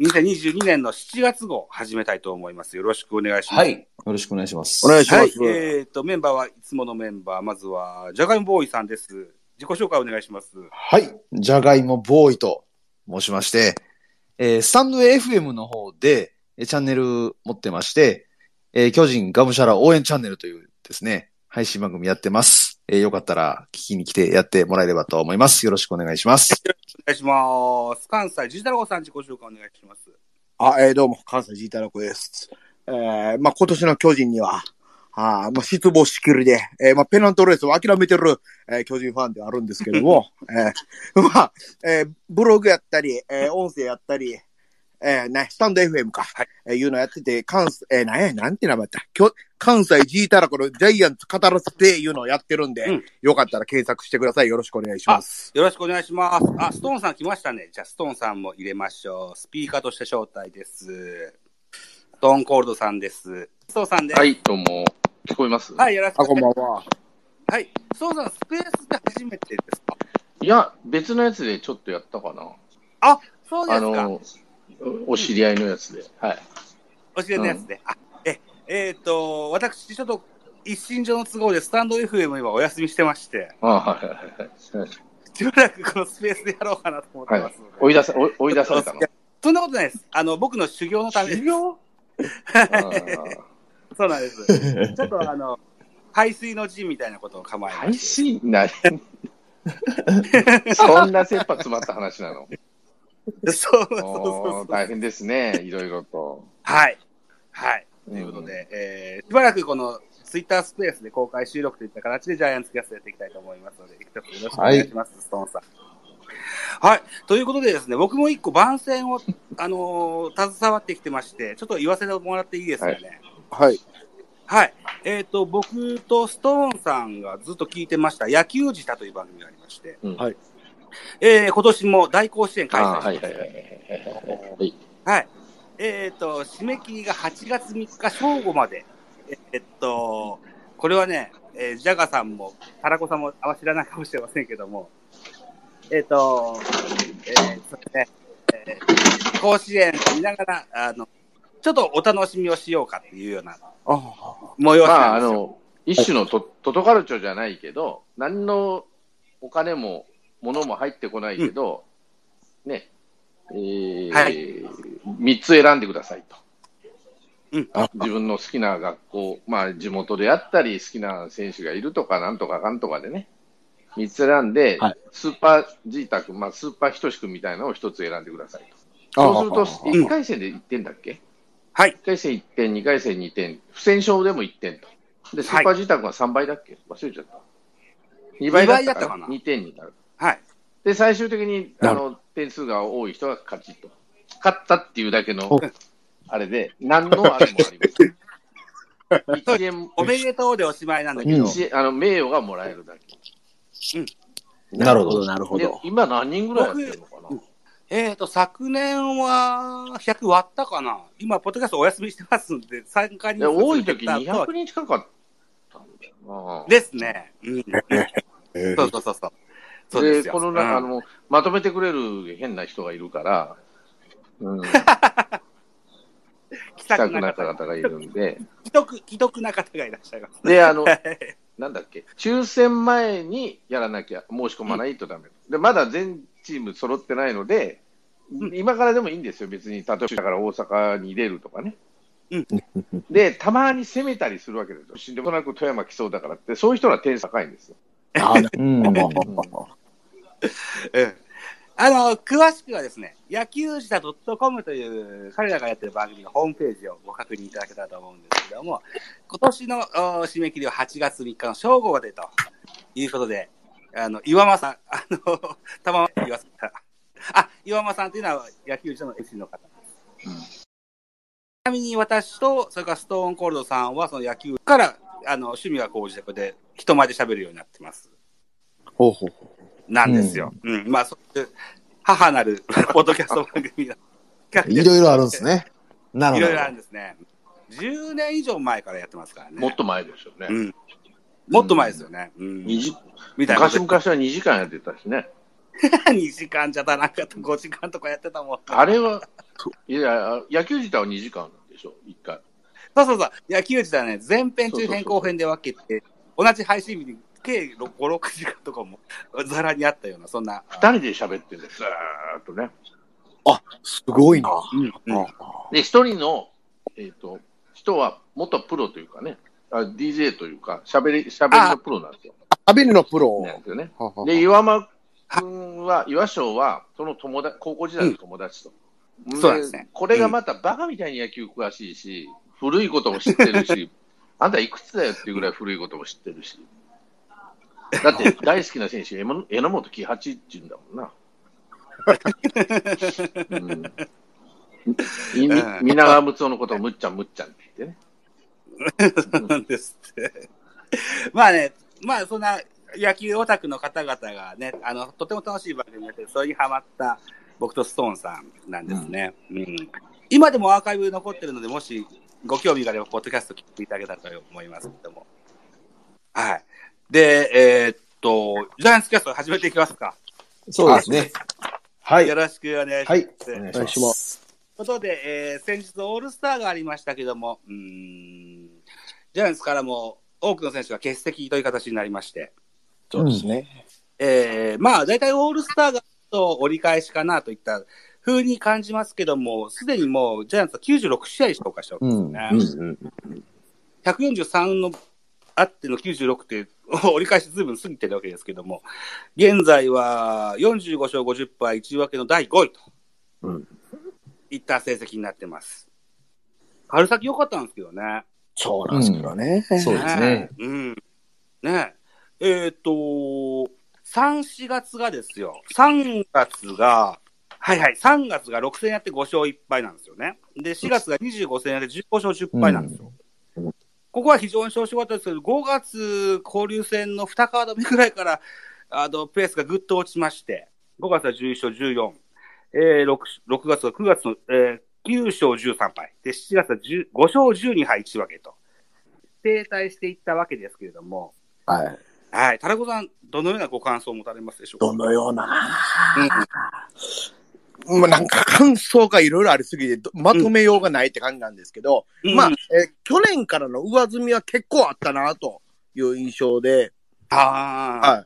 2022年の7月号始めたいと思います。よろしくお願いします。 はい。よろしくお願いします。 お願いします。 はい。メンバーはいつものメンバー。まずは、じゃがいもボーイさんです。自己紹介お願いします。 はい。じゃがいもボーイと申しまして、スタンド FM の方でチャンネル持ってまして、巨人がむしゃら応援チャンネルというですね、配信番組やってます。よかったら聞きに来てやってもらえればと思います。よろしくお願いします。 よろしくお願いします。関西ジータラコさん自己紹介お願いします。 どうも、関西ジータラコです。今年の巨人には、失望しきりで、ペナントレースを諦めてる、巨人ファンではあるんですけども、ブログやったり、音声やったり、スタンド FM か、いうのやってて、なんて名前だった関西ジータラコのジャイアンツ語らせていうのをやってるんで、よかったら検索してください。よろしくお願いします。 よろしくお願いします。ストーンさん来ましたね。じゃあ、ストーンさんも入れましょう。スピーカーとして招待です。ストーンコールドさんです。ストーンさんです。 はい、どうも。聞こえます？ はい、よろしくお願いします。 こんばんは。 はい。ストーンさん、スペースって初めてですか？ いや、別のやつでちょっとやったかな。 あ、そうですか。 お知り合いのやつで。はい。 お知り合いのやつで。私、ちょっと、一身上の都合でスタンド FM 今お休みしてまして。 はいはいはい。 しばらくこのスペースでやろうかなと思ってますので。 追い出されたの？ そんなことないです。僕の修行のためです。 修行？ そうなんです。ちょっと排水の陣みたいなことを構えま排して。 水そんな切羽詰まった話なの？ そう。 大変ですね、いろいろと。 はい。はい。ということで、しばらくこのツイッタースペースで公開収録といった形でジャイアンツキャストやっていきたいと思いますので、一つよろしくお願いします、ストーンさん。はい。ということでですね、僕も一個番宣を、携わってきてまして、ちょっと言わせてもらっていいですかね。 はい。 はい。僕とストーンさんがずっと聞いてました野球舌という番組がありまして、 はい。 今年も大甲子園開催します。はい。締め切りが8月3日正午まで。これはね、ジャガさんも、タラコさんも知らないかもしれませんけども、そうですね、甲子園を見ながら、ちょっとお楽しみをしようかっていうような催しなんですよ。 一種のトトカルチョじゃないけど、何のお金も物も入ってこないけど、ね、3つ選んでくださいと。自分の好きな学校、地元であったり、好きな選手がいるとか、なんとかかんとかでね、3つ選んで、スーパーGタク、スーパーひとしくんみたいなのを1つ選んでくださいと。そうすると、1回戦で1点だっけ？ はい。 1回戦1点、2回戦2点、不戦勝でも1点と。で、スーパーGタクは3倍だっけ？忘れちゃった。2倍だったかな？ 2 点になる。 はい。 で、最終的に、点数が多い人が勝ちと。勝ったっていうだけの、あれで、何のあれもあります。1円おめでとうでおしまいなんだけど。 名誉がもらえるだけ。 なるほど、なるほど。 今何人ぐらいやってるのかな？昨年は100割ったかな。今、ポッドキャストお休みしてますんで、参加に。 多い時200人近かったんだよな。 ですね。そうで、この中、まとめてくれる変な人がいるから、気さくな方がいるんで。 既得な方がいらっしゃいます。 で、なんだっけ、抽選前にやらなきゃ、申し込まないとダメ。で、まだ全チーム揃ってないので、今からでもいいんですよ、別に。例えば、だから大阪に出るとかね。で、たまに攻めたりするわけですよ。死んでもなく富山来そうだからって、そういう人は点数高いんですよ。 詳しくはですね、野球自体 .com という彼らがやってる番組のホームページをご確認いただけたらと思うんですけども、今年の締め切りは8月3日の正午までということで、岩間さん、たま言わせた。岩間さんというのは野球自体の FC の方です。ちなみに私と、それからストーンコールドさんはその野球から趣味が高じてこれで人前で喋るようになってます。なんですよ。そういう母なるポッドキャスト番組がいろいろあるんですね。 なるほど。いろいろあるんですね。10年以上前からやってますからね。 もっと前ですよね。 もっと前ですよね。 昔は2時間やってたしね。 2時間じゃ足らなかった。5時間とかやってたもん。 あれは、いや、野球自体は2時間なんでしょ、1回。 そうそうそう。野球自体はね、前編中編後編で分けて、同じ配信日に計5、6時間とかもざらにあったような、そんな。 2人で喋ってるんです、ずーっとね。 あ、すごいな。 で、一人の、人は元プロというかね、DJ というか、喋りのプロなんですよ。 喋りのプロ。 なんですよね。で、岩間君は、岩翔は、その高校時代の友達と。 そうですね。 これがまたバカみたいに野球詳しいし、古いことも知ってるし、あんたいくつだよっていうぐらい古いことも知ってるし。だって大好きな選手、榎本喜八って言うんだもんな。皆川睦夫のことをむっちゃんって言ってね。 そうですって。まあね、まあそんな野球オタクの方々がね、とても楽しい番組やって、それにハマった僕とストーンさんなんですね。今でもアーカイブ残ってるので、もしご興味があれば、ポッドキャスト聞いていただけたらと思いますけども。はい。で、ジャイアンツキャスト始めていきますか。 そうですね。はい。 よろしくお願いします。 はい。お願いします。 ということで、先日オールスターがありましたけども、ジャイアンツからも多くの選手が欠席という形になりまして。 そうですね。 まあ、大体オールスターが折り返しかなといった風に感じますけども、すでにもうジャイアンツは96試合消化しておるんですよね。143のあっての96って折り返しずいぶん過ぎてるわけですけども、現在は45勝50敗1分けの第5位といった成績になってます。春先良かったんですけどね。 そうなんですけどね。 そうですね。 ね3、4月がですよ。3月が6戦やって5勝1敗なんですよね。で、4月が25戦やって15勝10敗なんですよ。ここは非常に調子良かったですけど、5月交流戦の2カード目くらいから、ペースがぐっと落ちまして、5月は11勝14、6月は9月の、9勝13敗、で、7月は5勝12敗1分けと、停滞していったわけですけれども、 はい。 はい。タラコさん、どのようなご感想を持たれますでしょうか？ どのような。なんか感想がいろいろありすぎて、まとめようがないって感じなんですけど、去年からの上積みは結構あったな、という印象で、はい。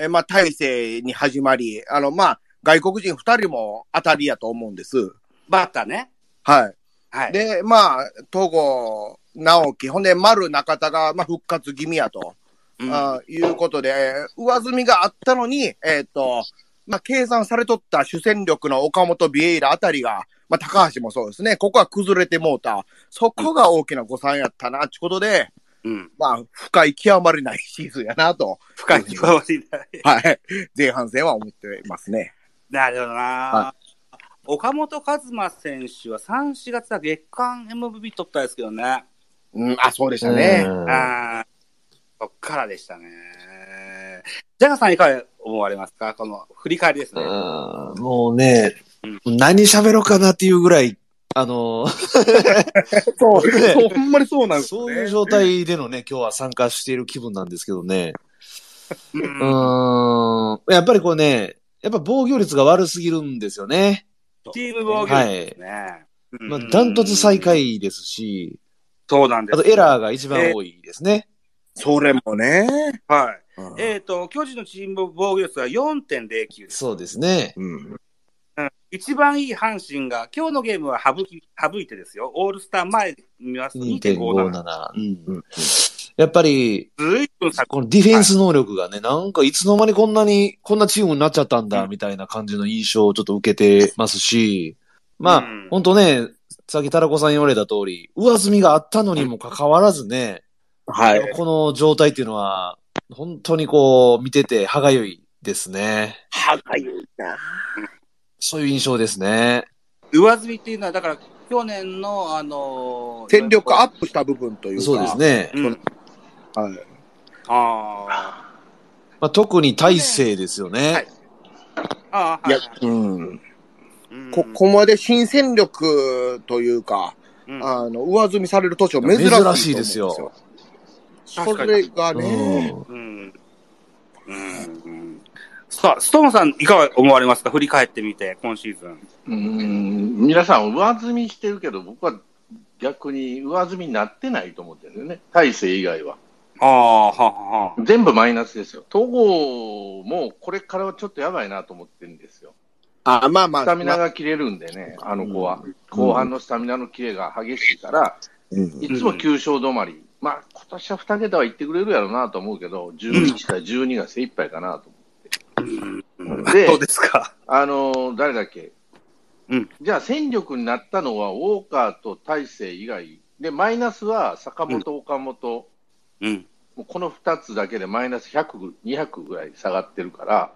大勢に始まり、外国人2人も当たりやと思うんです。 バッターね。 はい。 はい。 で、戸郷、直樹、ほんで、丸中田が、復活気味やと、いうことで、上積みがあったのに、計算されとった主戦力の岡本ビエイラあたりが、高橋もそうですね、ここは崩れてもうた。そこが大きな誤算やったな、ってことで、深い極まりないシーズンやなと。 深い極まりない。 はい。前半戦は思ってますね。 なるほどな、岡本和真選手は3、4月は月間 MVP 取ったんですけどね。 そうでしたね。 そっからでしたね。ジャガさんいかが思われますか？この振り返りですね。 もうね、何喋ろうかなっていうぐらい、 そう、ほんまにそうなんですよね。 そういう状態でのね、今日は参加している気分なんですけどね。やっぱりこうね、やっぱ防御率が悪すぎるんですよね。 チーム防御率ですね。 ダントツ最下位ですし、 そうなんです。 あとエラーが一番多いですね。 それもね。 はい。巨人のチーム防御率は 4.09 です。 そうですね。 一番いい阪神が、今日のゲームは省いてですよ。オールスター前見ますと 2.57。 やっぱり、このディフェンス能力がね、なんかいつの間にこんなチームになっちゃったんだ、みたいな感じの印象をちょっと受けてますし、ほんとね、さっきタラコさん言われた通り、上積みがあったのにもかかわらずね、 はい。 この状態っていうのは、本当にこう、見てて歯がゆいですね。 歯がゆいな。 そういう印象ですね。 上積みっていうのは、だから、去年の、 戦力アップした部分というか。 そうですね。 はい。 特に大勢ですよね。 ここまで新戦力というか、上積みされる年は珍しいですよ。それがね。 さあ、ストーンさん、いかが思われますか？振り返ってみて、今シーズン。 皆さん上積みしてるけど、僕は逆に上積みになってないと思ってるんですよね。大勢以外は。 ああ、はは。 全部マイナスですよ。戸郷もこれからはちょっとやばいなと思ってるんですよ。 まあまあ。 スタミナが切れるんでね、あの子は。後半のスタミナの切れが激しいから、いつも9勝止まり。まあ、今年は2桁はいってくれるやろうなと思うけど、11から12が精一杯かなと思って。で、 そうですか。 誰だっけ、じゃあ戦力になったのはウォーカーと大勢以外で、マイナスは坂本、岡本、もうこの2つだけでマイナス100、200ぐらい下がってるから、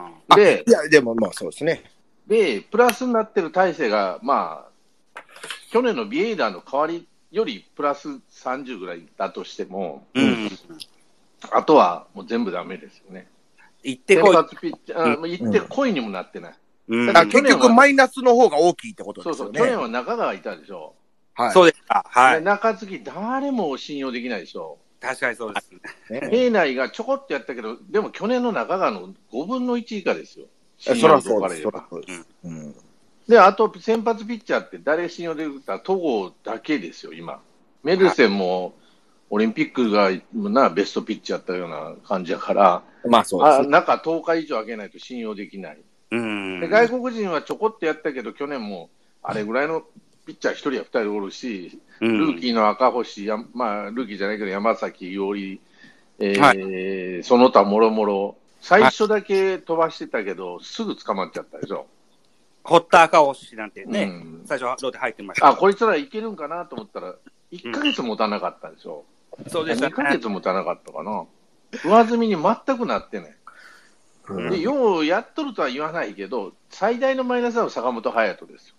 で、 いや、でもまあそうですね。 で、プラスになってる大勢が、まあ、去年のビエイダーの代わりよりプラス30ぐらいだとしても、あとはもう全部ダメですよね。 行ってこい。 行ってこいにもなってない。 だから結局マイナスの方が大きいってことですよね。 そうそう、去年は中川いたでしょ。 はい。そうですか。はい。 中継ぎ誰も信用できないでしょ。 確かにそうですね。平内がちょこっとやったけど、でも去年の中川の5分の1以下ですよ。 そらそうです。 で、あと先発ピッチャーって誰信用できるか、戸郷だけですよ、今。メルセンもオリンピックがベストピッチャーやったような感じやから、 まあそうです。 中10日以上上げないと信用できない。で外国人はちょこっとやったけど、去年もあれぐらいのピッチャー1人や2人おるし、ルーキーの赤星、まあ、ルーキーじゃないけど山崎伊織、その他もろもろ、最初だけ飛ばしてたけど、すぐ捕まっちゃったでしょ。 堀田赤星なんてね、最初はローテ入ってました。 こいつらいけるんかなと思ったら、1ヶ月持たなかったでしょ。 そうですね。 2ヶ月持たなかったかな。上積みに全くなってない。で、ようやっとるとは言わないけど、最大のマイナスは坂本勇人ですよ。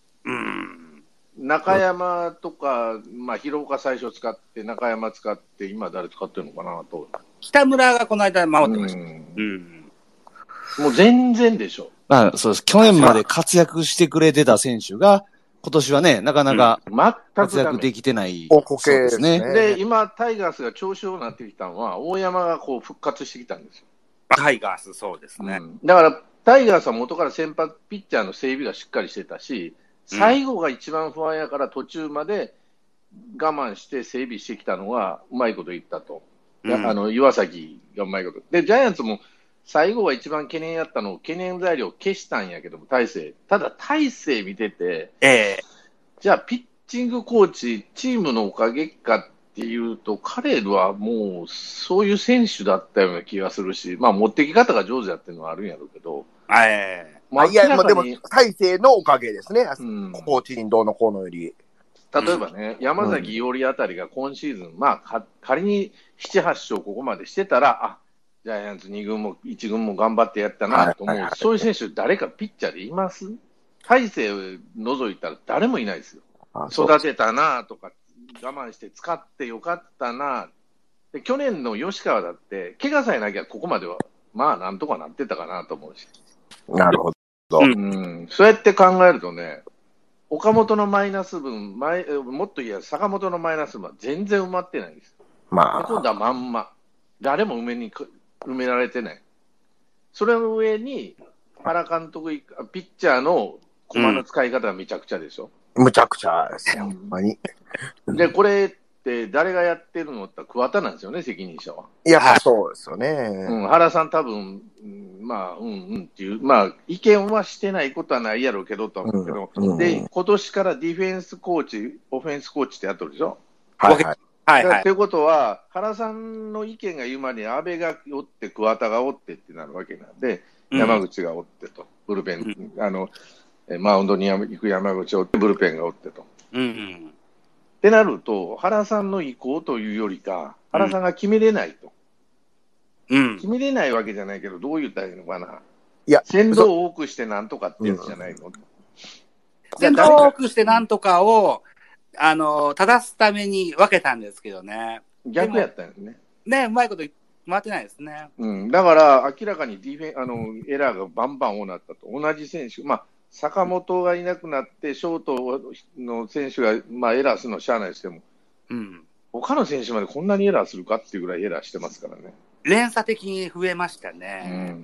中山とか、まあ、広岡最初使って、中山使って、今誰使ってるのかなと。 北村がこの間守ってました。 もう全然でしょ。 まあ、そうです。去年まで活躍してくれてた選手が、今年はね、なかなか活躍できてない。 そうですね。 で、今、タイガースが調子よくなってきたのは、大山がこう復活してきたんですよ。 タイガース、そうですね。 だから、タイガースは元から先発ピッチャーの整備がしっかりしてたし、最後が一番不安やから途中まで我慢して整備してきたのがうまいこと言ったと。岩崎がうまいこと。で、ジャイアンツも最後が一番懸念やったのを懸念材料を消したんやけども、大勢。ただ大勢見てて、じゃあピッチングコーチ、チームのおかげかっていうと、彼はもうそういう選手だったような気がするし、まあ持ってき方が上手だっていうのはあるんやろうけど、 いや、でも、大勢のおかげですね。コーチにどうのこうのより。 例えばね、山崎伊織あたりが今シーズン、まあ、仮に7、8勝ここまでしてたら、ジャイアンツ2軍も1軍も頑張ってやったなと思う。そういう選手、誰かピッチャーでいます？大勢を除いたら誰もいないですよ。育てたなとか、我慢して使ってよかったな。で、去年の吉川だって、怪我さえなきゃここまでは、まあ、なんとかなってたかなと思うし。 なるほど。 そうやって考えるとね、岡本のマイナス分、もっと言えば坂本のマイナス分は全然埋まってないんです。今度はまんま。誰も埋められてない。それの上に、原監督、ピッチャーの駒の使い方がめちゃくちゃでしょ。 むちゃくちゃですよ、ほんまに。 で、これって誰がやってるのって桑田なんですよね、責任者は。 いや、そうですよね。 原さん多分、まあ、っていう、まあ、意見はしてないことはないやろうけど、と思うけど、で、今年からディフェンスコーチ、オフェンスコーチってやっとるでしょ。ということは、原さんの意見が言うまでに、安倍がおって、桑田がおってってなるわけなんで、山口がおってと、ブルペン、マウンドに行く山口をおって、ブルペンがおってと。ってなると、原さんの意向というよりか、原さんが決めれないと。決めれないわけじゃないけど、どう言ったらいいのかな。いや、先導を多くしてなんとかってやつじゃないの。 先導を多くしてなんとかを、正すために分けたんですけどね。 逆やったんですね。 うまいこと回ってないですね。 だから、明らかにエラーがバンバン多なったと。同じ選手、まあ、坂本がいなくなって、ショートの選手が、まあ、エラーするのはしゃあないしても、他の選手までこんなにエラーするかっていうぐらいエラーしてますからね。 連鎖的に増えましたね。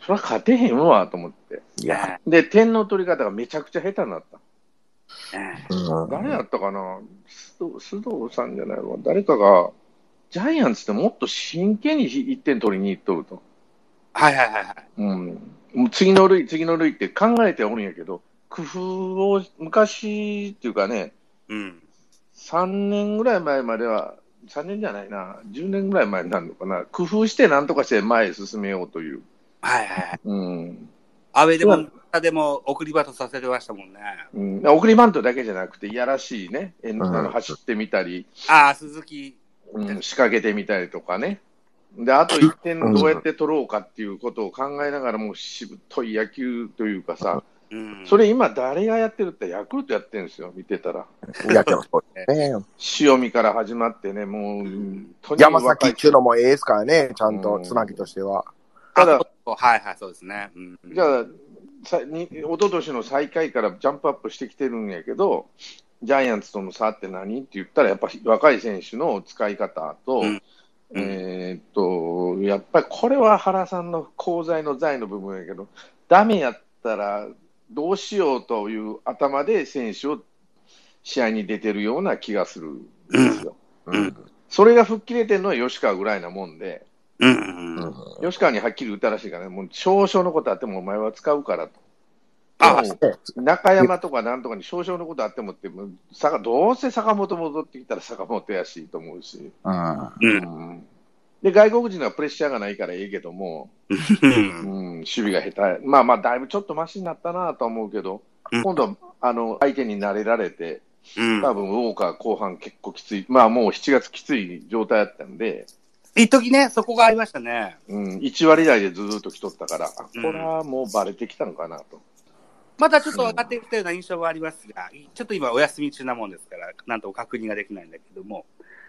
それは勝てへんわ、と思って。 いや、 で、点の取り方がめちゃくちゃ下手になった。 うん、 誰やったかな、須藤さんじゃないわ。誰かが、ジャイアンツってもっと真剣に1点取りに行っとると。 はいはいはいはい。 うん。もう次の塁って考えておるんやけど、工夫を昔っていうかね、 うん。 3年ぐらい前までは、3年じゃないな、10年ぐらい前になるのかな、工夫してなんとかして前へ進めようという。 はいはいはい。 うん。 アウェーでも、でも送りバントさせてましたもんね。 うん、送りバントだけじゃなくて、いやらしいね、 ん走ってみたり、 ああ、鈴木。 仕掛けてみたりとかね。で、あと1点どうやって取ろうかっていうことを考えながらも、しぶとい野球というかさ、 うん、 それ今誰がやってるってヤクルトやってるんですよ、見てたら。 やってますね。 塩見から始まってね、もう、とにかく山崎っていうのもええですからね、ちゃんとつなぎとしては。 ただ、 はいはい、そうですね。うん、 じゃあ、一昨年の最下位からジャンプアップしてきてるんやけど、ジャイアンツとの差って何って言ったら、やっぱり若い選手の使い方と、やっぱりこれは原さんの功罪の財の部分やけど、ダメやったらどうしようという頭で選手を試合に出てるような気がするんですよ。それが吹っ切れてるのは吉川ぐらいなもんで、吉川にはっきり言ったらしいからね、もう少々のことあってもお前は使うからと。中山とかなんとかに少々のことあってもって、どうせ坂本戻ってきたら坂本やしと思うし。で、外国人はプレッシャーがないからいいけども、守備が下手。まあ、だいぶちょっとマシになったなと思うけど、今度は、相手に慣れられて、多分、ウォーカー後半結構きつい。まあ、もう7月きつい状態だったんで。 一時ね、そこがありましたね。 1割台でずっと来とったから、これはもうバレてきたのかなと。 まだちょっと上がってきたような印象はありますが、ちょっと今お休み中なもんですから、なんとも確認ができないんだけども。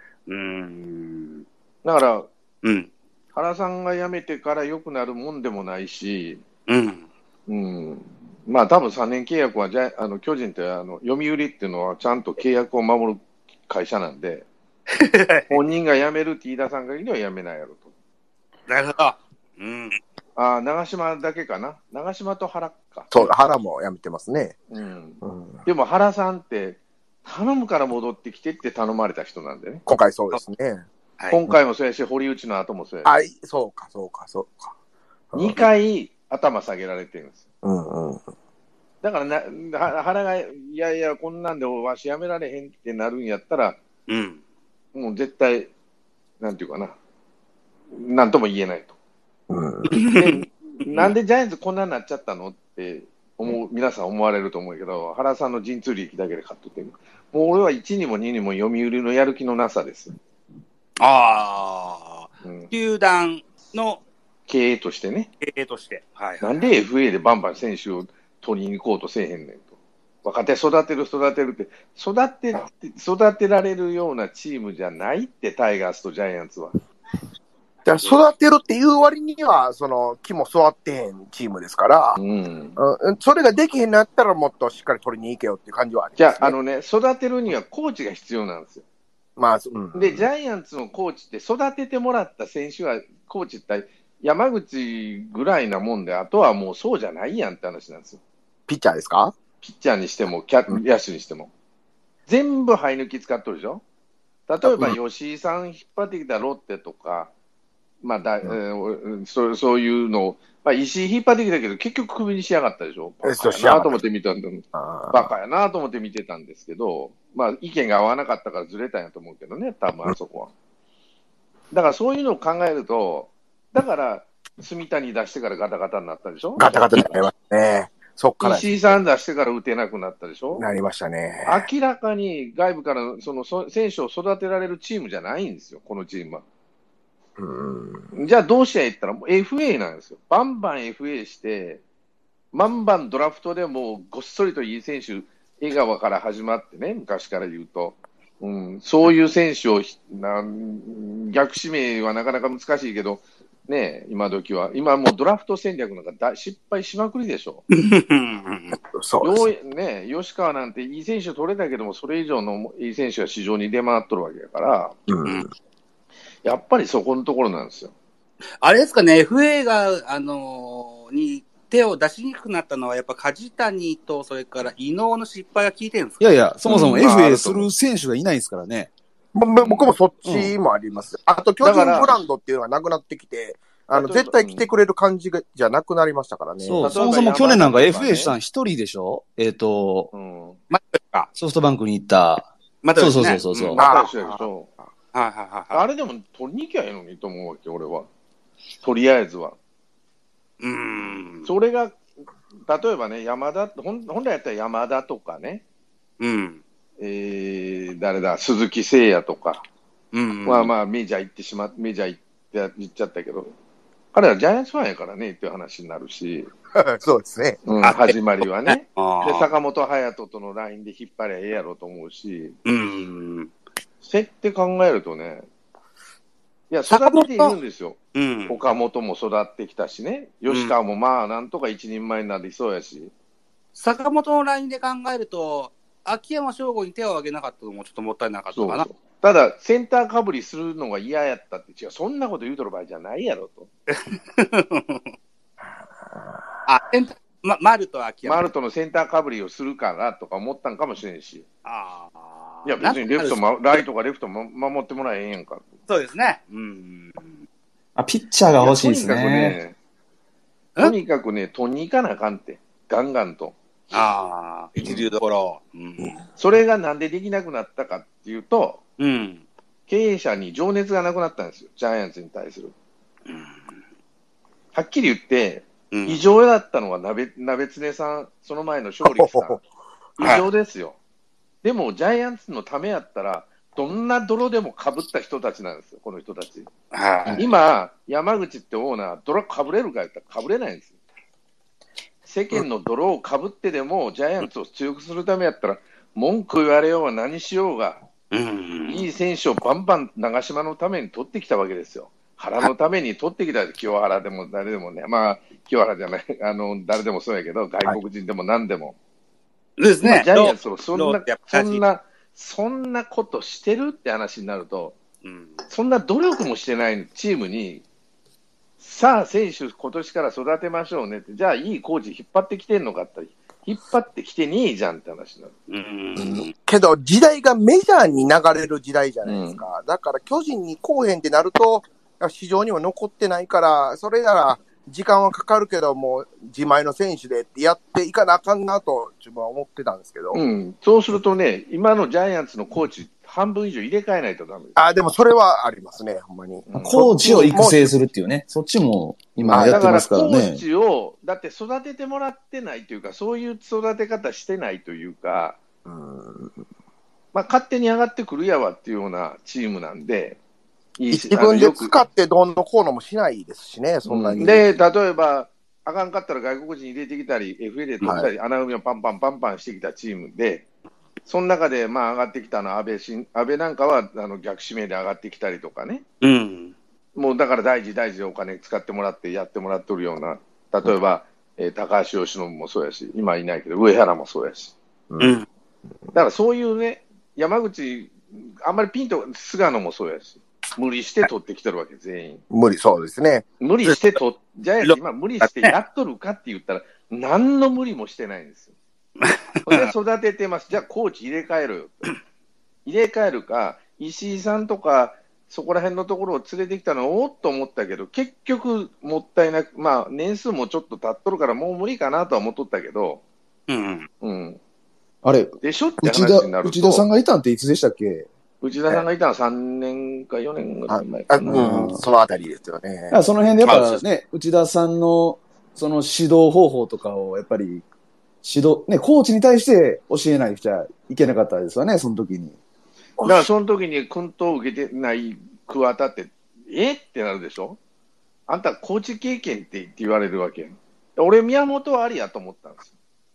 だから、原さんが辞めてから良くなるもんでもないし、まあ多分3年契約は巨人って読売っていうのはちゃんと契約を守る会社なんで、本人が辞めるって飯田さんが言うには辞めないやろと。 なるほど。 長嶋だけかな。長嶋と原か。 そう、原も辞めてますね。 でも原さんって頼むから戻ってきてって頼まれた人なんでね。 今回そうですね。 今回もそうやし、堀内の後もそうやし。 そうか。 2回頭下げられてるんですよ。だから原が、いや、こんなんでわしやめられへんってなるんやったら、もう絶対、なんていうかな、なんとも言えないと。でなんでジャイアンツこんなになっちゃったのって皆さん思われると思うけど、原さんの神通力だけで勝っとって、もう俺は1にも2にも読売のやる気のなさです。 球団の経営としてね。なんで FA でバンバン選手を取りに行こうとせえへんねんと。若手育てるって、育てられるようなチームじゃないって、タイガースとジャイアンツは。 育てるっていう割には、木も育ってへんチームですから、それができへんなったらもっとしっかり取りに行けよっていう感じはあります、ね。 じゃあ、育てるにはコーチが必要なんですよ。で、ジャイアンツのコーチって育ててもらった選手は、コーチって山口ぐらいなもんで、あとはもうそうじゃないやんって話なんですよ。 ピッチャーですか？ ピッチャーにしても、野手にしても。全部生え抜き使っとるでしょ？例えば、吉井さん引っ張ってきたロッテとか、そういうのを、石井引っ張ってきたけど、結局クビにしやがったでしょ。バカやなと思って見たんだ。バカやなと思って見てたんですけど、意見が合わなかったからずれたんやと思うけどね、多分あそこは。だからそういうのを考えると、だから、住谷出してからガタガタになったでしょ。 ガタガタになりましたね。そっから。 石井さん出してから打てなくなったでしょ。 なりましたね。 明らかに外部から選手を育てられるチームじゃないんですよ、このチームは。じゃあどうしやいったら、もう FA なんですよ。バンバン FA して、バンバンドラフトでもごっそりといい選手、江川から始まってね、昔から言うと。そういう選手を逆指名はなかなか難しいけど、ね、今時は。今もうドラフト戦略なんか失敗しまくりでしょ。 そうですね。吉川なんていい選手取れたけども、それ以上のいい選手が市場に出回っとるわけだから、やっぱりそこのところなんですよ。 あれですかね、FA が、 に手を出しにくくなったのは、やっぱ梶谷と、それから伊能の失敗が効いてるんですか？ いやいや、そもそもまあ FA する選手がいないですからね。 僕もそっちもあります。あと、巨人ブランドっていうのがなくなってきて、絶対来てくれる感じじゃなくなりましたからね。 そう、そもそも去年なんか FA したん一人でしょ？ソフトバンクに行った。そうそうそうそう。 あれでも取りに行きゃいいのにと思うわけ、俺は。とりあえずは。それが、例えばね、本来やったら山田とかね、誰だ、鈴木誠也とか、まあメジャー行っちゃったけど、彼はジャイアンツファンやからねっていう話になるし、 そうですね。 始まりはね。で、坂本勇人とのラインで引っ張りゃええやろうと思うし、そうやって考えるとね、いや、育てているんですよ。岡本も育ってきたしね。吉川もまあ、なんとか一人前になりそうやし。 坂本のラインで考えると、秋山翔吾に手を挙げなかったのもちょっともったいなかったかな。 そうただ、センターかぶりするのが嫌やったって、違う、そんなこと言うとる場合じゃないやろと。 丸と秋山。 丸とのセンターかぶりをするからとか思ったんかもしれんし。いや、別にライトかレフトも守ってもらえへんやんか。 そうですね。 ピッチャーが欲しいですね。 とにかくね、取りに行かなあかんって。ガンガンと。 一流どころ。 それがなんでできなくなったかっていうと、経営者に情熱がなくなったんですよ。ジャイアンツに対する。はっきり言って、異常だったのは鍋常さん、その前の勝利さん。異常ですよ。でも、ジャイアンツのためやったら、どんな泥でも被った人たちなんですよ、この人たち。今、山口ってオーナー、泥被れるか言ったら被れないんですよ。世間の泥を被ってでも、ジャイアンツを強くするためやったら、文句言われようが何しようが、いい選手をバンバン長島のために取ってきたわけですよ。原のために取ってきた、清原でも誰でもね、まあ、清原じゃない、誰でもそうやけど、外国人でも何でも。 ですね。 ジャイアンツをそんなことしてるって話になると、そんな努力もしてないチームに、さあ選手今年から育てましょうねって、じゃあいいコーチ引っ張ってきてんのかって、引っ張ってきてねえじゃんって話になる。 けど時代がメジャーに流れる時代じゃないですか。だから巨人に来おへんってなると、市場には残ってないから、それなら、時間はかかるけども、自前の選手でってやっていかなあかんなと自分は思ってたんですけど。 そうするとね、今のジャイアンツのコーチ、半分以上入れ替えないとダメです。 でもそれはありますね、ほんまに。 コーチを育成するっていうね、そっちも今やってますからね。 だからコーチを、だって育ててもらってないというか、そういう育て方してないというか、まあ勝手に上がってくるやわっていうようなチームなんで、 自分で使ってどんどんこうのもしないですしね、そんなに。 で、例えば、あかんかったら外国人入れてきたり、FA で取ったり、穴埋めをパンパンしてきたチームで、その中でまあ上がってきたのは安倍なんかは逆指名で上がってきたりとかね。もうだから大事でお金使ってもらってやってもらってるような、例えば、高橋由伸もそうやし、今いないけど、上原もそうやし。だからそういうね、山口、あんまりピンと、菅野もそうやし。無理して取ってきてるわけ、全員。 そうですね。 無理してジャイアンツ今無理してやっとるかって言ったら、何の無理もしてないんですよ。で、育ててます。じゃあ、コーチ入れ替えろよと。入れ替えるか、石井さんとか、そこら辺のところを連れてきたのをおっと思ったけど、結局、もったいなく、まあ、年数もちょっと経っとるから、もう無理かなとは思っとったけど、 あれ、 でしょって話になると。 内田さんがいたんっていつでしたっけ？ 内田さんがいたのは3年か4年ぐらい前かな。そのあたりですよね。 その辺でやっぱね、内田さんのその指導方法とかをやっぱりコーチに対して教えないといけなかったですよね、その時に。 だからその時に薫陶を受けてない桑田って、ってなるでしょ？あんたコーチ経験って言われるわけ。俺、宮本はありやと思ったんですよ。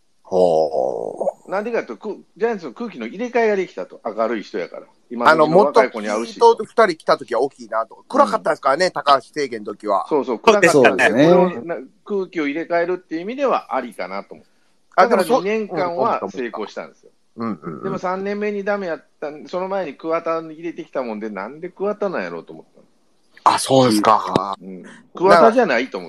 なんでかというと、ジャイアンツの空気の入れ替えができたと。明るい人やから。今の若い子に会うし。 と2人来た時は大きいなと。暗かったですからね、高橋清源の時は。 そう、暗かったんで、空気を入れ替えるっていう意味ではありかなと思う。だから2年間は成功したんですよ。でも3年目にダメやった、その前に桑田に入れてきたもんで、なんで桑田なんやろうと思ったの。 そうですか。 桑田じゃないと思った。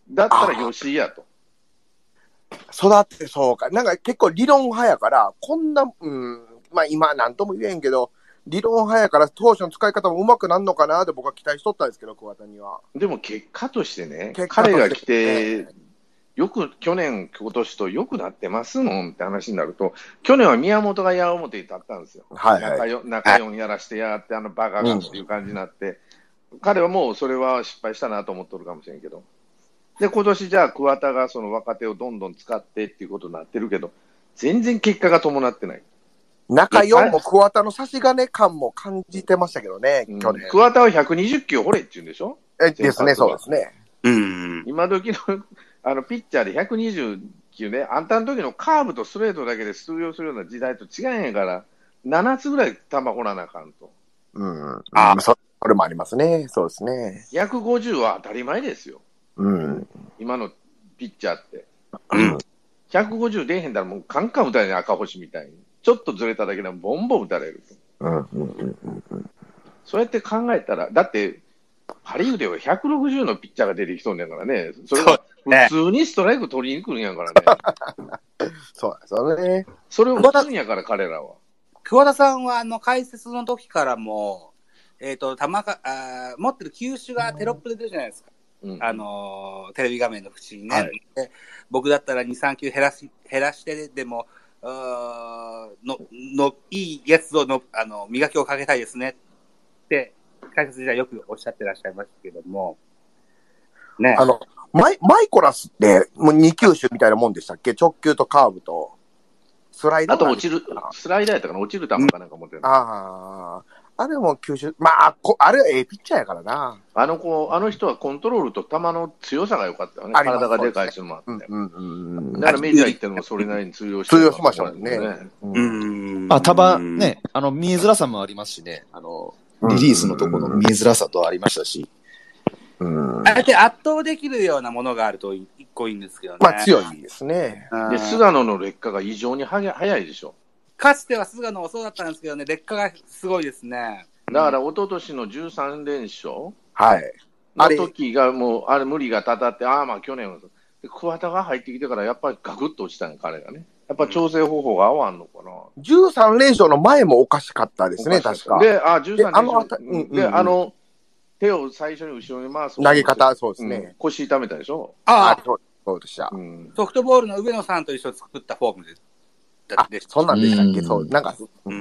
だったら吉井やと。 育ってそうか。なんか結構理論派やから、こんな、まあ今なんとも言えんけど、理論派やから当初の使い方も上手くなるのかなって僕は期待しとったんですけど、桑田には。 でも結果としてね、 結果として彼が来て、よく、去年、今年と良くなってますのって話になると、去年は宮本が矢面に立ったんですよ。 はいはい。 中4やらしてやって、バカがっていう感じになって、彼はもうそれは失敗したなと思っとるかもしれんけど。で、今年じゃあ桑田がその若手をどんどん使ってっていうことになってるけど、全然結果が伴ってない。 中4も桑田の差し金感も感じてましたけどね、去年。 桑田は120球掘れって言うんでしょですね、そうですね。 今時のピッチャーで120球ね、あんたの時のカーブとストレートだけで通用するような時代と違うんやから、7つぐらい球掘らなあかんと。 それもありますね。そうですね。 150は当たり前ですよ。今のピッチャーって。150出えへんだらもうカンカン打たれる赤星みたいに。ちょっとずれただけでもボンボン打たれると。そうやって考えたら、だって、ハリウッドでは160のピッチャーが出てきとんねんからね。それが普通にストライク取りに来るんやからね。 そうですよね。 それを打つんやから、彼らは。 桑田さんは、解説の時からも、持ってる球種がテロップで出るじゃないですか。テレビ画面の縁にね。はい、で僕だったら2、3球減らしてでも、いいやつを磨きをかけたいですねって解説時代よくおっしゃってらっしゃいましたけどもね、 マイコラスってもう2球種みたいなもんでしたっけ？直球とカーブとスライダー。 あと落ちるスライダーやったかな、落ちる球かなんか持ってる。 あれも球種、まああれピッチャーやからな。 あの人はコントロールと球の強さが良かったよね。体がでかいしのもあって。だからメディア行ってもそれなりに通用しましたもんね。 球ね、見えづらさもありますしね。リリースのところの見えづらさとありましたし。 あれで圧倒できるようなものがあると一個いいんですけどね。 まあ強いですね。 で、菅野の劣化が異常に早いでしょ。 かつては菅野もそうだったんですけどね、劣化がすごいですね。 だから、一昨年の13連勝の時がもう、あれ無理がたたって、まあ去年は、桑田が入ってきてからやっぱりガクッと落ちたん彼がね。やっぱ調整方法が合わんのかな。 13連勝の前もおかしかったですね、確か。 で、13連勝。で、手を最初に後ろに回す。 投げ方、そうですね。 腰痛めたでしょ。 そうでした。 ソフトボールの上野さんと一緒に作ったフォームです。 そんなんでしたっけ？そう。なんか、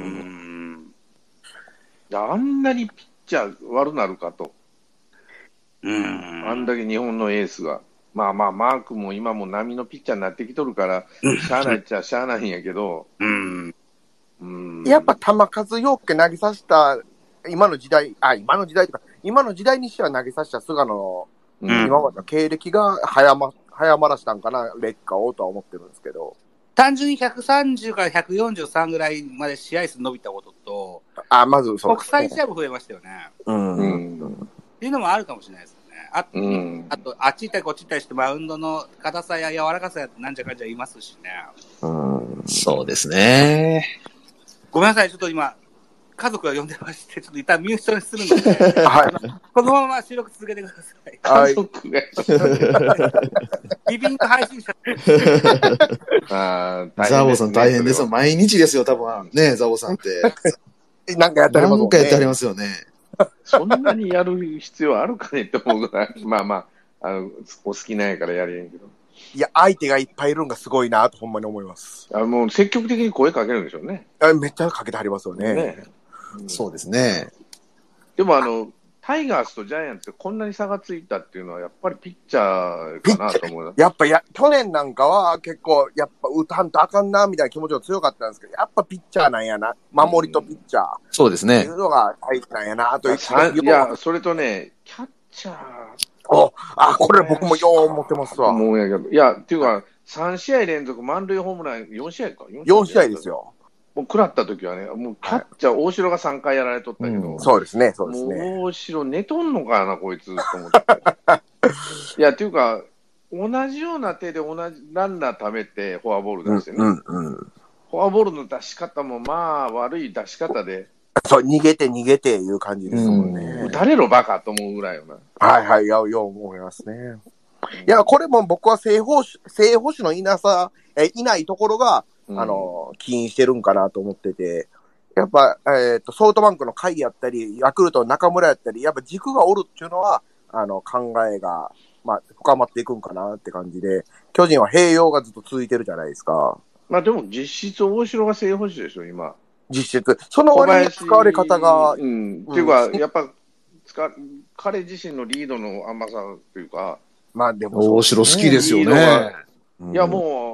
あんなにピッチャー悪なるかと。あんだけ日本のエースが。まあ、マークも今も波のピッチャーになってきとるから、しゃあないっちゃしゃあないんやけど。 やっぱ球数よく投げさせた、今の時代とか、今の時代にしては投げさせた菅野の、今までの経歴が早まらしたんかな、劣化をとは思ってるんですけど。 単純に130から143ぐらいまで試合数伸びたことと、 まずそう、 国際試合も増えましたよね。っていうのもあるかもしれないですよね。あと、あっち行ったりこっち行ったりして、マウンドの硬さや柔らかさやなんじゃかんじゃ言いますしね。 そうですね。 ごめんなさい、ちょっと今、家族が呼んでまして、ちょっと一旦ミュートにするので、このまま収録続けてください。 家族が。 リビング配信者。 ザボさん大変ですよ。毎日ですよ、多分。ね、ザボさんって。 なんかやってありますよね。 なんかやってありますよね。 そんなにやる必要あるかねって思うぐらい。まあ、お好きなんやからやれへんけど。 いや、相手がいっぱいいるのがすごいなとほんまに思います。 もう積極的に声かけるんでしょうね。 めっちゃかけてはりますよね。 そうですね。 でもタイガースとジャイアンツってこんなに差がついたっていうのはやっぱりピッチャーかなと思う。 やっぱ去年なんかは結構やっぱ打たんとあかんなみたいな気持ちが強かったんですけど、やっぱピッチャーなんやな。守りとピッチャー。 そうですね。 っていうのが大事なんやなという。 いや、それとね、キャッチャー。 これ僕もよう思ってますわ。 思うんやけど。いや、っていうか、3試合連続満塁ホームラン、4試合か。 4試合ですよ。 もう食らった時はね、もうキャッチャー、大城が3回やられとったけど。 そうですね。もう大城寝とんのかな、こいつ、と思って。いや、っていうか、同じような手で同じランナー貯めてフォアボール出してね。フォアボールの出し方もまあ悪い出し方で。 そう、逃げていう感じですもんね。 打たれろバカと思うぐらいよな。 よう思いますね。 いや、これも僕は正捕手のいないところが、起因してるんかなと思ってて、やっぱ、ソフトバンクの甲斐やったり、ヤクルトの中村やったり、やっぱ軸がおるっていうのは、考えが、まあ、深まっていくんかなって感じで、巨人は併用がずっと続いてるじゃないですか。 まあでも実質大城が正捕手でしょ、今。 実質。その割に使われ方が。 っていうか、やっぱ、彼自身のリードの甘さというか。 まあでも、 大城好きですよね。 いやもう、